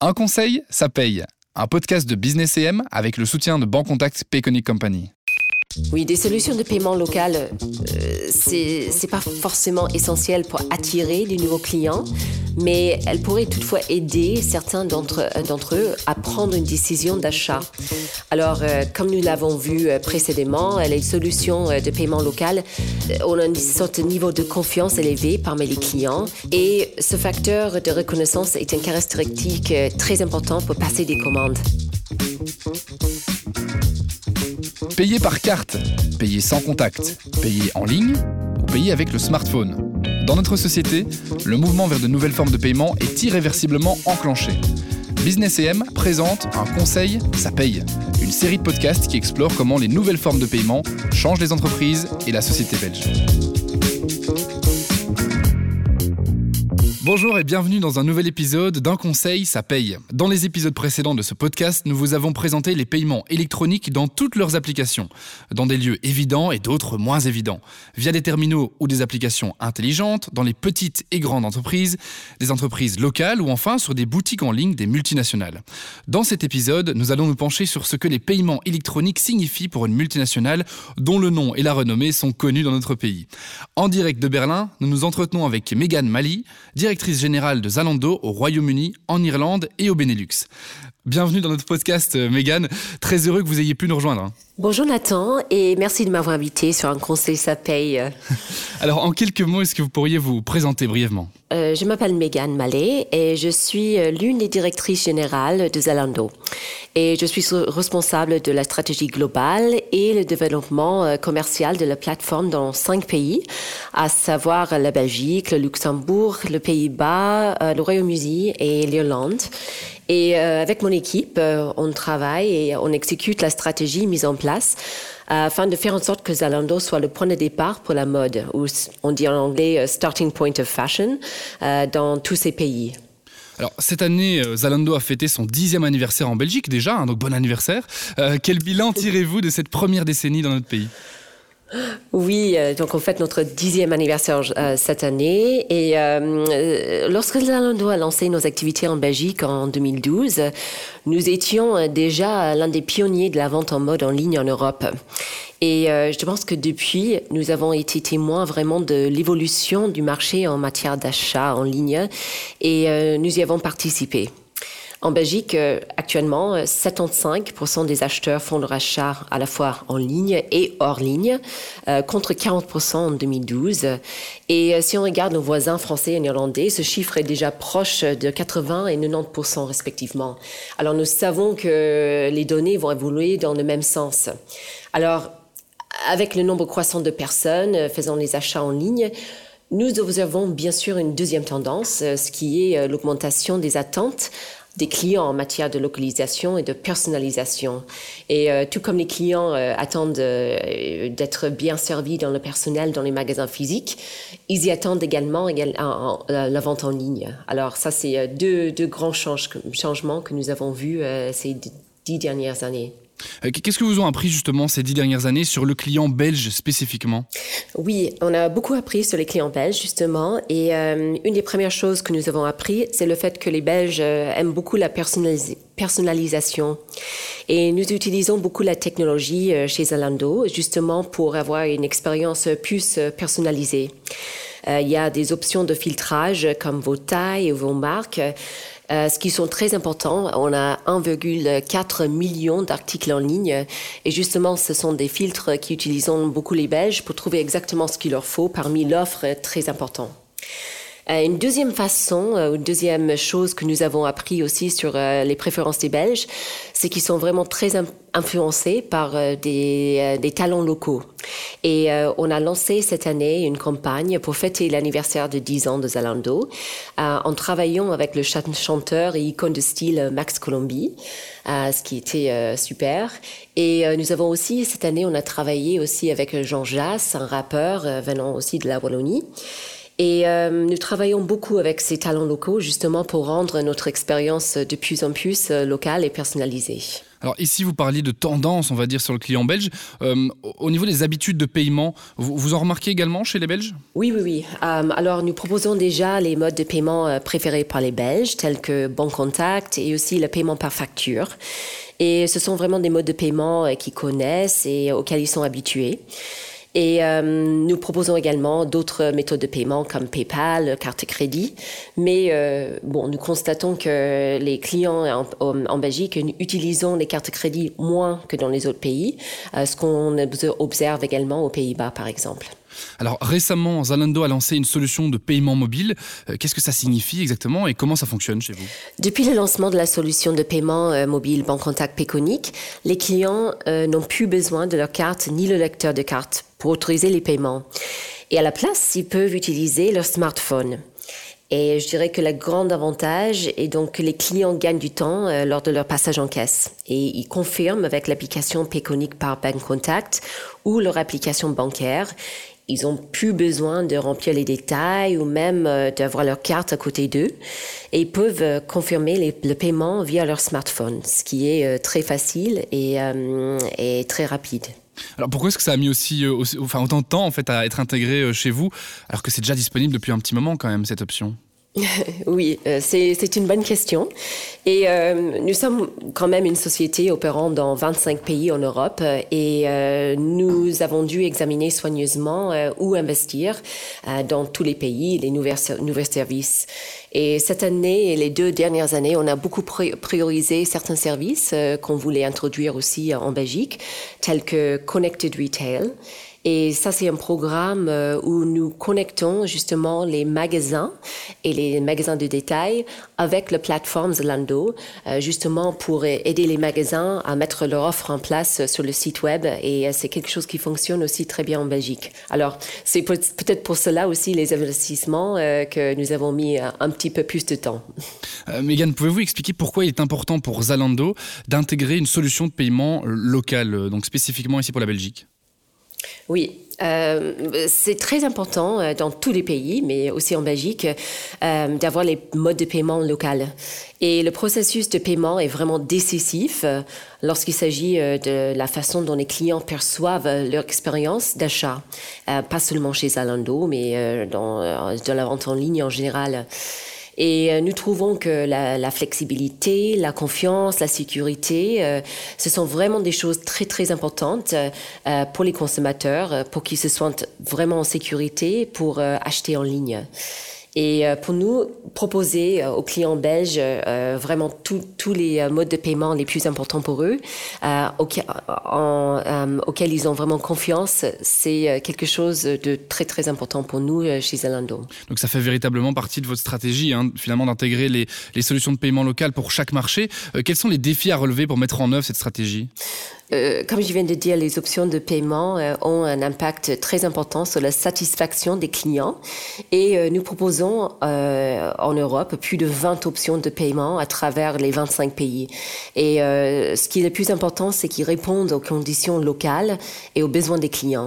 Un conseil, ça paye. Un podcast de Business EM avec le soutien de Bancontact Payconic Company. Oui, des solutions de paiement local, c'est pas forcément essentiel pour attirer de nouveaux clients, mais elles pourraient toutefois aider certains d'entre eux à prendre une décision d'achat. Alors, comme nous l'avons vu précédemment, les solutions de paiement local ont un certain niveau de confiance élevé parmi les clients et ce facteur de reconnaissance est une caractéristique très importante pour passer des commandes. Payer par carte, payer sans contact, payer en ligne ou payer avec le smartphone. Dans notre société, le mouvement vers de nouvelles formes de paiement est irréversiblement enclenché. Business EM présente Un conseil, ça paye, une série de podcasts qui explore comment les nouvelles formes de paiement changent les entreprises et la société belge. Bonjour et bienvenue dans un nouvel épisode d'Un conseil, ça paye. Dans les épisodes précédents de ce podcast, nous vous avons présenté les paiements électroniques dans toutes leurs applications, dans des lieux évidents et d'autres moins évidents, via des terminaux ou des applications intelligentes, dans les petites et grandes entreprises, des entreprises locales ou enfin sur des boutiques en ligne des multinationales. Dans cet épisode, nous allons nous pencher sur ce que les paiements électroniques signifient pour une multinationale dont le nom et la renommée sont connus dans notre pays. En direct de Berlin, nous nous entretenons avec Megan Mali, directrice générale de Zalando au Royaume-Uni, en Irlande et au Benelux. Bienvenue dans notre podcast, Megan. Très heureux que vous ayez pu nous rejoindre. Bonjour Nathan et merci de m'avoir invité sur Un conseil, ça paye. Alors, en quelques mots, est-ce que vous pourriez vous présenter brièvement ? Je m'appelle Megan Mali et je suis l'une des directrices générales de Zalando. Et je suis responsable de la stratégie globale et le développement commercial de la plateforme dans 5 pays, à savoir la Belgique, le Luxembourg, le Pays-Bas, le Royaume-Uni et l'Irlande. Et avec mon équipe, on travaille et on exécute la stratégie mise en place afin de faire en sorte que Zalando soit le point de départ pour la mode, ou on dit en anglais « starting point of fashion » dans tous ces pays. Alors, cette année, Zalando a fêté son 10e anniversaire en Belgique déjà, donc bon anniversaire. Quel bilan tirez-vous de cette première décennie dans notre pays ? Oui, donc on fête notre 10e anniversaire cette année et lorsque Zalando a lancé nos activités en Belgique en 2012, nous étions déjà l'un des pionniers de la vente en mode en ligne en Europe. Et je pense que depuis, nous avons été témoins vraiment de l'évolution du marché en matière d'achat en ligne et nous y avons participé. En Belgique, actuellement, 75% des acheteurs font leur achat à la fois en ligne et hors ligne, contre 40% en 2012. Et si on regarde nos voisins français et néerlandais, ce chiffre est déjà proche de 80 et 90% respectivement. Alors nous savons que les données vont évoluer dans le même sens. Alors, avec le nombre croissant de personnes faisant les achats en ligne, nous observons bien sûr une deuxième tendance, ce qui est l'augmentation des attentes des clients en matière de localisation et de personnalisation. Et tout comme les clients attendent d'être bien servis dans le personnel dans les magasins physiques, ils y attendent également la vente en ligne. Alors ça, c'est deux grands changements que nous avons vus ces 10 dernières années. Qu'est-ce que vous ont appris justement ces 10 dernières années sur le client belge spécifiquement ? Oui, on a beaucoup appris sur les clients belges justement et une des premières choses que nous avons appris, c'est le fait que les Belges aiment beaucoup la personnalisation et nous utilisons beaucoup la technologie chez Zalando justement pour avoir une expérience plus personnalisée. Il y a des options de filtrage comme vos tailles et vos marques. Ce qui sont très importants. On a 1,4 million d'articles en ligne et justement, ce sont des filtres qui utilisent beaucoup les Belges pour trouver exactement ce qu'il leur faut parmi l'offre très importante. Une deuxième chose que nous avons appris aussi sur les préférences des Belges, c'est qu'ils sont vraiment très influencés par des talents locaux. Et on a lancé cette année une campagne pour fêter l'anniversaire de 10 ans de Zalando en travaillant avec le chanteur et icône de style Max Colombi, ce qui était super. Et nous avons aussi, cette année, on a travaillé aussi avec Jean Jass, un rappeur venant aussi de la Wallonie. Et nous travaillons beaucoup avec ces talents locaux, justement pour rendre notre expérience de plus en plus locale et personnalisée. Alors ici, vous parliez de tendance, on va dire, sur le client belge. Au niveau des habitudes de paiement, vous en remarquez également chez les Belges ? Oui. Alors, nous proposons déjà les modes de paiement préférés par les Belges, tels que Bancontact et aussi le paiement par facture. Et ce sont vraiment des modes de paiement qu'ils connaissent et auxquels ils sont habitués. Et nous proposons également d'autres méthodes de paiement comme PayPal, carte de crédit. Mais nous constatons que les clients en Belgique utilisent les cartes de crédit moins que dans les autres pays, ce qu'on observe également aux Pays-Bas, par exemple. Alors récemment, Zalando a lancé une solution de paiement mobile. Qu'est-ce que ça signifie exactement et comment ça fonctionne chez vous ? Depuis le lancement de la solution de paiement mobile Bancontact Payconic, les clients n'ont plus besoin de leur carte ni le lecteur de carte pour autoriser les paiements. Et à la place, ils peuvent utiliser leur smartphone. Et je dirais que le grand avantage est donc que les clients gagnent du temps lors de leur passage en caisse. Et ils confirment avec l'application Payconic par Bancontact ou leur application bancaire. Ils n'ont plus besoin de remplir les détails ou même d'avoir leur carte à côté d'eux. Et ils peuvent confirmer le paiement via leur smartphone, ce qui est très facile et très rapide. Alors pourquoi est-ce que ça a mis autant de temps en fait, à être intégré chez vous, alors que c'est déjà disponible depuis un petit moment quand même, cette option ? Oui, c'est une bonne question. Et nous sommes quand même une société opérant dans 25 pays en Europe et nous avons dû examiner soigneusement où investir dans tous les pays, les nouveaux services. Et cette année et les 2 dernières années, on a beaucoup priorisé certains services qu'on voulait introduire aussi en Belgique, tels que Connected Retail. Et ça, c'est un programme où nous connectons justement les magasins et les magasins de détail avec la plateforme Zalando, justement pour aider les magasins à mettre leur offre en place sur le site web. Et c'est quelque chose qui fonctionne aussi très bien en Belgique. Alors, c'est peut-être pour cela aussi les investissements que nous avons mis un petit peu plus de temps. Megan, pouvez-vous expliquer pourquoi il est important pour Zalando d'intégrer une solution de paiement locale, donc spécifiquement ici pour la Belgique ? Oui, c'est très important dans tous les pays, mais aussi en Belgique, d'avoir les modes de paiement locaux. Et le processus de paiement est vraiment décisif lorsqu'il s'agit de la façon dont les clients perçoivent leur expérience d'achat. Pas seulement chez Zalando, mais dans la vente en ligne en général. Et nous trouvons que la flexibilité, la confiance, la sécurité, ce sont vraiment des choses très, très importantes pour les consommateurs, pour qu'ils se sentent vraiment en sécurité pour acheter en ligne. Et pour nous, proposer aux clients belges vraiment tous les modes de paiement les plus importants pour eux, auxquels ils ont vraiment confiance, c'est quelque chose de très, très important pour nous chez Zalando. Donc ça fait véritablement partie de votre stratégie, finalement, d'intégrer les solutions de paiement locales pour chaque marché. Quels sont les défis à relever pour mettre en œuvre cette stratégie ? Comme je viens de dire, les options de paiement ont un impact très important sur la satisfaction des clients et nous proposons en Europe plus de 20 options de paiement à travers les 25 pays. Et ce qui est le plus important, c'est qu'ils répondent aux conditions locales et aux besoins des clients.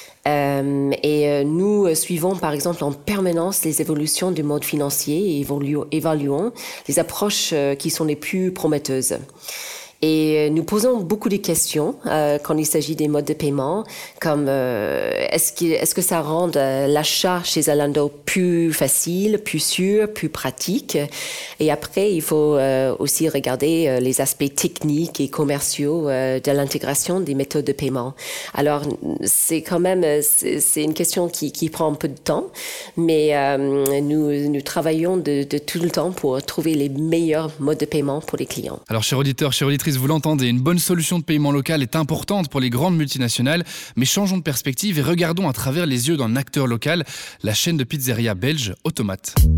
Nous suivons par exemple en permanence les évolutions du mode financier et évaluons les approches qui sont les plus prometteuses. Et nous posons beaucoup de questions quand il s'agit des modes de paiement, comme est-ce que ça rend l'achat chez Zalando plus facile, plus sûr, plus pratique. Et après, il faut aussi regarder les aspects techniques et commerciaux de l'intégration des méthodes de paiement. Alors, c'est quand même c'est une question qui prend un peu de temps, mais nous travaillons de tout le temps pour trouver les meilleurs modes de paiement pour les clients. Alors, chers auditeurs, chères auditrices, vous l'entendez, une bonne solution de paiement local est importante pour les grandes multinationales, mais changeons de perspective et regardons à travers les yeux d'un acteur local, la chaîne de pizzeria belge Automat.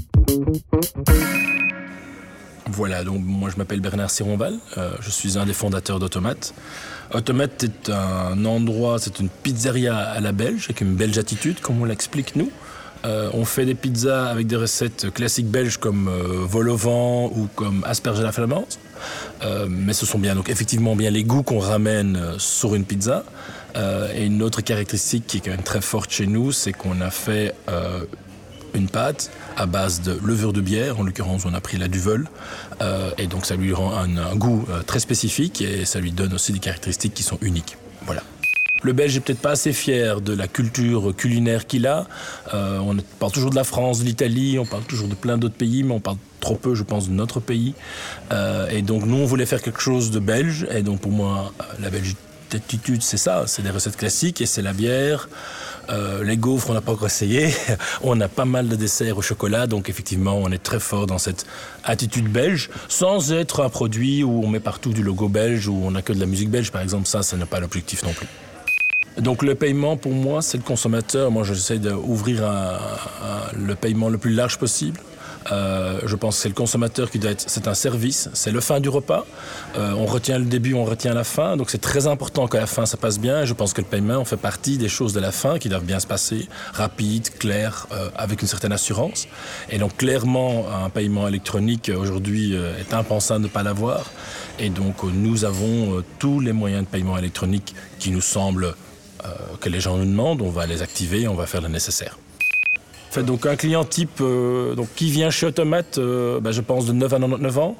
Voilà, donc moi je m'appelle Bernard Sironval, je suis un des fondateurs d'Automat. Automat est un endroit, c'est une pizzeria à la belge, avec une belge attitude, comme on l'explique nous. On fait des pizzas avec des recettes classiques belges comme vol au vent ou comme asperges à la flamande. Mais ce sont donc effectivement bien les goûts qu'on ramène sur une pizza. Et une autre caractéristique qui est quand même très forte chez nous, c'est qu'on a fait une pâte à base de levure de bière, en l'occurrence on a pris la Duvel, et donc ça lui rend un goût très spécifique et ça lui donne aussi des caractéristiques qui sont uniques. Voilà. Le Belge n'est peut-être pas assez fier de la culture culinaire qu'il a. On parle toujours de la France, de l'Italie, on parle toujours de plein d'autres pays, mais on parle trop peu, je pense, de notre pays. Et donc nous, on voulait faire quelque chose de belge. Et donc pour moi, la belgitude, c'est ça, c'est des recettes classiques et c'est la bière. Les gaufres, on n'a pas encore essayé. On a pas mal de desserts au chocolat, donc effectivement, on est très fort dans cette attitude belge, sans être un produit où on met partout du logo belge, où on n'a que de la musique belge, par exemple. Ça n'est pas l'objectif non plus. Donc le paiement, pour moi, c'est le consommateur. Moi, j'essaie d'ouvrir le paiement le plus large possible. Je pense que c'est le consommateur qui doit être... C'est un service, c'est le fin du repas. On retient le début, on retient la fin. Donc c'est très important que la fin, ça passe bien. Et je pense que le paiement fait partie des choses de la fin qui doivent bien se passer, rapide, clair, avec une certaine assurance. Et donc clairement, un paiement électronique aujourd'hui est impensable de ne pas l'avoir. Et donc nous avons tous les moyens de paiement électronique qui nous semblent que les gens nous demandent. On va les activer, on va faire le nécessaire. En fait, donc un client type qui vient chez Automat, je pense de 9 à 99 ans,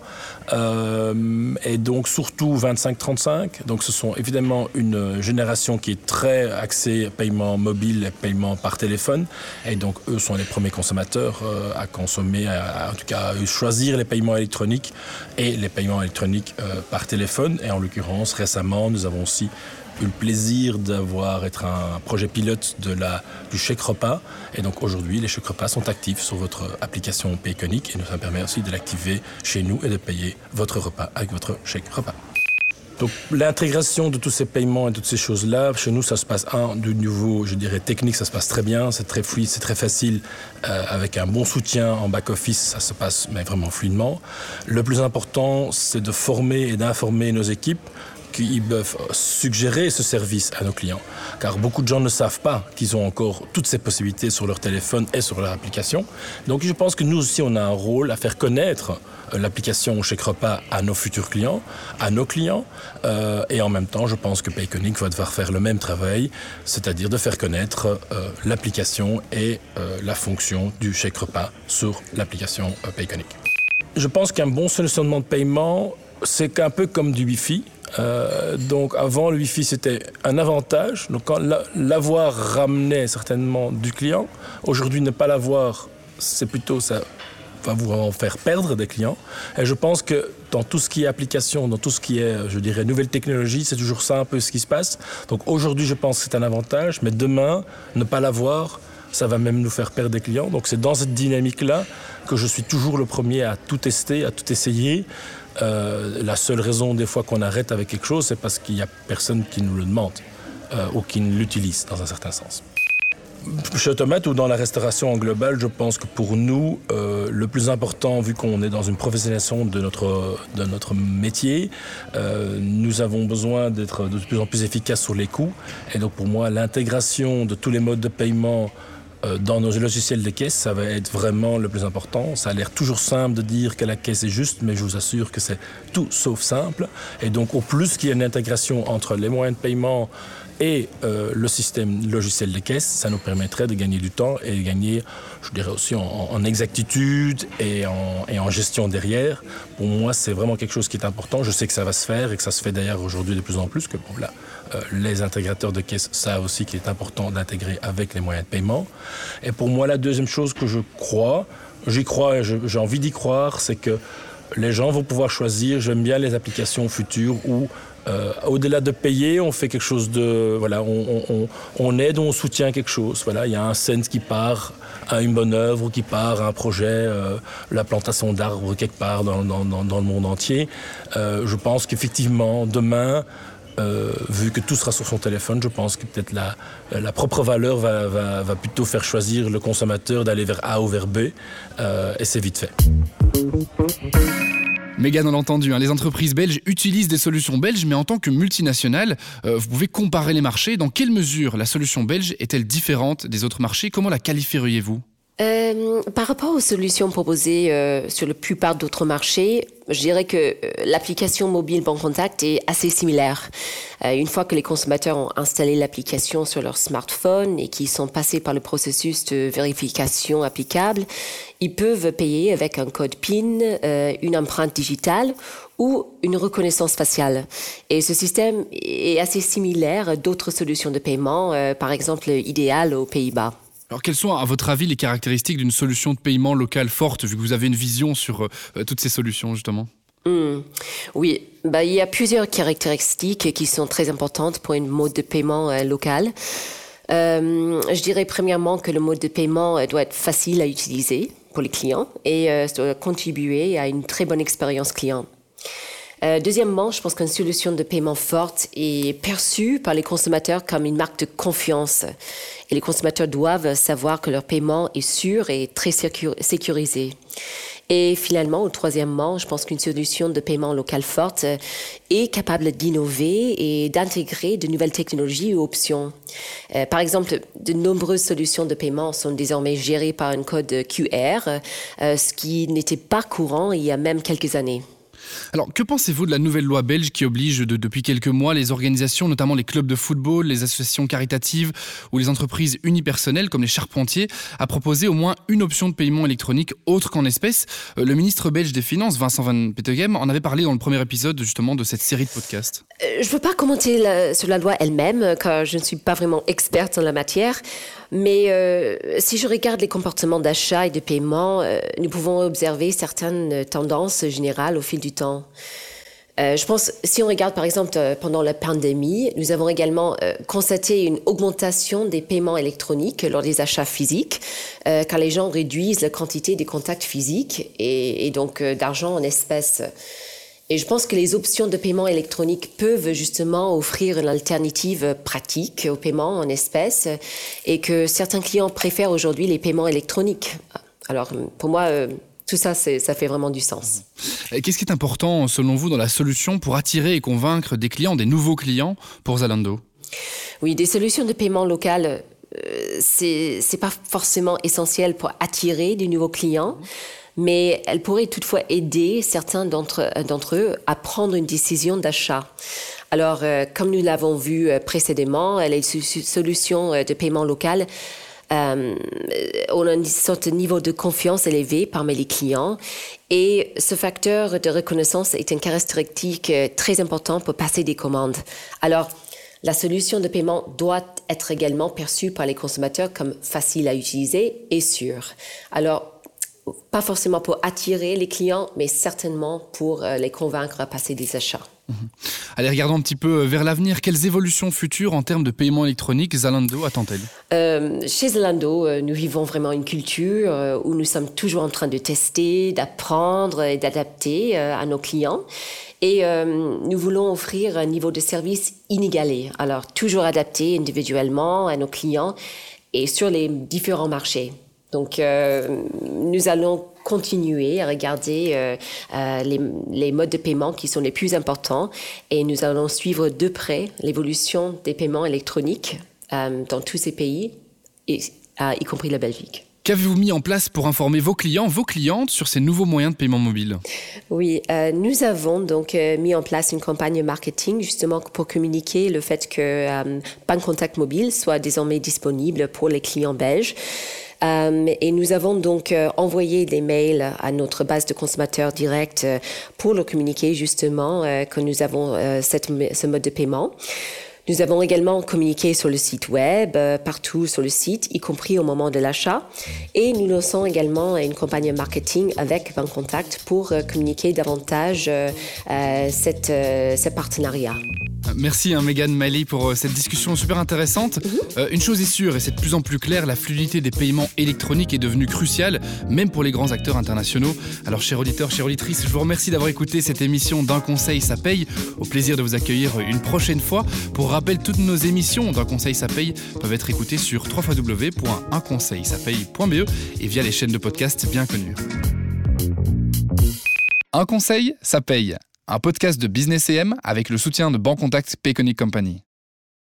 et donc surtout 25-35. Donc ce sont évidemment une génération qui est très axée paiement mobile et paiement par téléphone. Et donc eux sont les premiers consommateurs à consommer, en tout cas à choisir les paiements électroniques et les paiements électroniques par téléphone. Et en l'occurrence, récemment, nous avons aussi eu le plaisir être un projet pilote du chèque repas. Et donc aujourd'hui, les chèques repas sont actifs sur votre application Payconic et ça permet aussi de l'activer chez nous et de payer votre repas avec votre chèque repas. Donc l'intégration de tous ces paiements et toutes ces choses-là, chez nous, ça se passe du niveau, je dirais, technique, ça se passe très bien, c'est très fluide, c'est très facile, avec un bon soutien en back-office, ça se passe mais vraiment fluidement. Le plus important, c'est de former et d'informer nos équipes qu'ils peuvent suggérer ce service à nos clients. Car beaucoup de gens ne savent pas qu'ils ont encore toutes ces possibilités sur leur téléphone et sur leur application. Donc je pense que nous aussi, on a un rôle à faire connaître l'application Chèque Repas à nos futurs clients, à nos clients. Et en même temps, je pense que Payconic va devoir faire le même travail, c'est-à-dire de faire connaître l'application et la fonction du Chèque Repas sur l'application Payconic. Je pense qu'un bon solutionnement de paiement, c'est un peu comme du Wi-Fi. Donc avant, le Wi-Fi, c'était un avantage. Donc quand l'avoir ramenait certainement du client. Aujourd'hui, ne pas l'avoir, c'est plutôt ça va vous en faire perdre des clients. Et je pense que dans tout ce qui est application, dans tout ce qui est, je dirais, nouvelle technologie, c'est toujours ça un peu ce qui se passe. Donc aujourd'hui, je pense que c'est un avantage. Mais demain, ne pas l'avoir, ça va même nous faire perdre des clients. Donc c'est dans cette dynamique-là que je suis toujours le premier à tout tester, à tout essayer. La seule raison des fois qu'on arrête avec quelque chose, c'est parce qu'il n'y a personne qui nous le demande ou qui l'utilise dans un certain sens. Chez Automat ou dans la restauration en global, je pense que pour nous, le plus important, vu qu'on est dans une professionnalisation de notre métier, nous avons besoin d'être de plus en plus efficaces sur les coûts. Et donc pour moi, l'intégration de tous les modes de paiement dans nos logiciels de caisse, ça va être vraiment le plus important. Ça a l'air toujours simple de dire que la caisse est juste, mais je vous assure que c'est tout sauf simple. Et donc, au plus qu'il y a une intégration entre les moyens de paiement et le système logiciel de caisse, ça nous permettrait de gagner du temps et de gagner, je dirais aussi, en exactitude et en gestion derrière. Pour moi, c'est vraiment quelque chose qui est important. Je sais que ça va se faire et que ça se fait d'ailleurs aujourd'hui de plus en plus, que les intégrateurs de caisse savent aussi qu'il est important d'intégrer avec les moyens de paiement. Et pour moi, la deuxième chose que j'y crois et j'ai envie d'y croire, c'est que les gens vont pouvoir choisir. J'aime bien les applications futures où au-delà de payer, on fait quelque chose de... Voilà, on aide, on soutient quelque chose. Voilà, il y a un cent qui part à une bonne œuvre ou qui part à un projet, la plantation d'arbres quelque part dans le monde entier. Je pense qu'effectivement, demain, vu que tout sera sur son téléphone, je pense que peut-être la propre valeur va plutôt faire choisir le consommateur d'aller vers A ou vers B, et c'est vite fait. Mégane, on l'a entendu, les entreprises belges utilisent des solutions belges, mais en tant que multinationales, vous pouvez comparer les marchés. Dans quelle mesure la solution belge est-elle différente des autres marchés ? Comment la qualifieriez-vous ? Par rapport aux solutions proposées sur la plupart d'autres marchés, je dirais que l'application mobile Bancontact est assez similaire. Une fois que les consommateurs ont installé l'application sur leur smartphone et qu'ils sont passés par le processus de vérification applicable, ils peuvent payer avec un code PIN, une empreinte digitale ou une reconnaissance faciale. Et ce système est assez similaire à d'autres solutions de paiement, par exemple Ideal aux Pays-Bas. Alors, quelles sont, à votre avis, les caractéristiques d'une solution de paiement locale forte, vu que vous avez une vision sur toutes ces solutions, justement ? Oui, il y a plusieurs caractéristiques qui sont très importantes pour une mode de paiement local. Je dirais premièrement que le mode de paiement doit être facile à utiliser pour les clients et doit contribuer à une très bonne expérience client. Deuxièmement, je pense qu'une solution de paiement forte est perçue par les consommateurs comme une marque de confiance. Et les consommateurs doivent savoir que leur paiement est sûr et très sécurisé. Et finalement, ou troisièmement, je pense qu'une solution de paiement local forte est capable d'innover et d'intégrer de nouvelles technologies ou options. Par exemple, de nombreuses solutions de paiement sont désormais gérées par un code QR, ce qui n'était pas courant il y a même quelques années. Alors, que pensez-vous de la nouvelle loi belge qui oblige depuis quelques mois les organisations, notamment les clubs de football, les associations caritatives ou les entreprises unipersonnelles comme les charpentiers, à proposer au moins une option de paiement électronique autre qu'en espèces ? Le ministre belge des Finances, Vincent Van Petegem, en avait parlé dans le premier épisode justement de cette série de podcasts. Je ne veux pas commenter sur la loi elle-même, car je ne suis pas vraiment experte en la matière. Mais si je regarde les comportements d'achat et de paiement, nous pouvons observer certaines tendances générales au fil du temps. Je pense, si on regarde par exemple pendant la pandémie, nous avons également constaté une augmentation des paiements électroniques lors des achats physiques, car les gens réduisent la quantité des contacts physiques et donc d'argent en espèces. Et je pense que les options de paiement électronique peuvent justement offrir une alternative pratique au paiement en espèces et que certains clients préfèrent aujourd'hui les paiements électroniques. Alors, pour moi, tout ça, ça fait vraiment du sens. Et qu'est-ce qui est important, selon vous, dans la solution pour attirer et convaincre des clients, des nouveaux clients pour Zalando ? Oui, des solutions de paiement local, c'est pas forcément essentiel pour attirer des nouveaux clients. Mais elle pourrait toutefois aider certains d'entre eux à prendre une décision d'achat. Alors, comme nous l'avons vu précédemment, les solutions de paiement local ont un certain niveau de confiance élevé parmi les clients. Et ce facteur de reconnaissance est une caractéristique très importante pour passer des commandes. Alors, la solution de paiement doit être également perçue par les consommateurs comme facile à utiliser et sûre. Alors, pas forcément pour attirer les clients, mais certainement pour les convaincre à passer des achats. Allez, regardons un petit peu vers l'avenir. Quelles évolutions futures en termes de paiement électronique Zalando attend-elle ? Chez Zalando, nous vivons vraiment une culture où nous sommes toujours en train de tester, d'apprendre et d'adapter à nos clients. Et nous voulons offrir un niveau de service inégalé. Alors, toujours adapté individuellement à nos clients et sur les différents marchés. Donc, nous allons continuer à regarder les modes de paiement qui sont les plus importants et nous allons suivre de près l'évolution des paiements électroniques dans tous ces pays, y compris la Belgique. Qu'avez-vous mis en place pour informer vos clients, vos clientes sur ces nouveaux moyens de paiement mobile ? Oui, nous avons donc mis en place une campagne marketing justement pour communiquer le fait que Bancontact Mobile soit désormais disponible pour les clients belges. Et nous avons donc envoyé des mails à notre base de consommateurs directs pour leur communiquer justement que nous avons ce mode de paiement. Nous avons également communiqué sur le site web, partout sur le site, y compris au moment de l'achat. Et nous lançons également une campagne marketing avec Bancontact pour communiquer davantage ce partenariat. Merci Megan Miley pour cette discussion super intéressante. Une chose est sûre et c'est de plus en plus clair, la fluidité des paiements électroniques est devenue cruciale, même pour les grands acteurs internationaux. Alors chers auditeurs, chères auditrices, je vous remercie d'avoir écouté cette émission d'Un Conseil, ça paye. Au plaisir de vous accueillir une prochaine fois. Pour rappel, toutes nos émissions d'Un Conseil, ça paye peuvent être écoutées sur www.unconseilsapaye.be et via les chaînes de podcasts bien connues. Un conseil, ça paye. Un podcast de Business & M avec le soutien de Bancontact Payconic Company.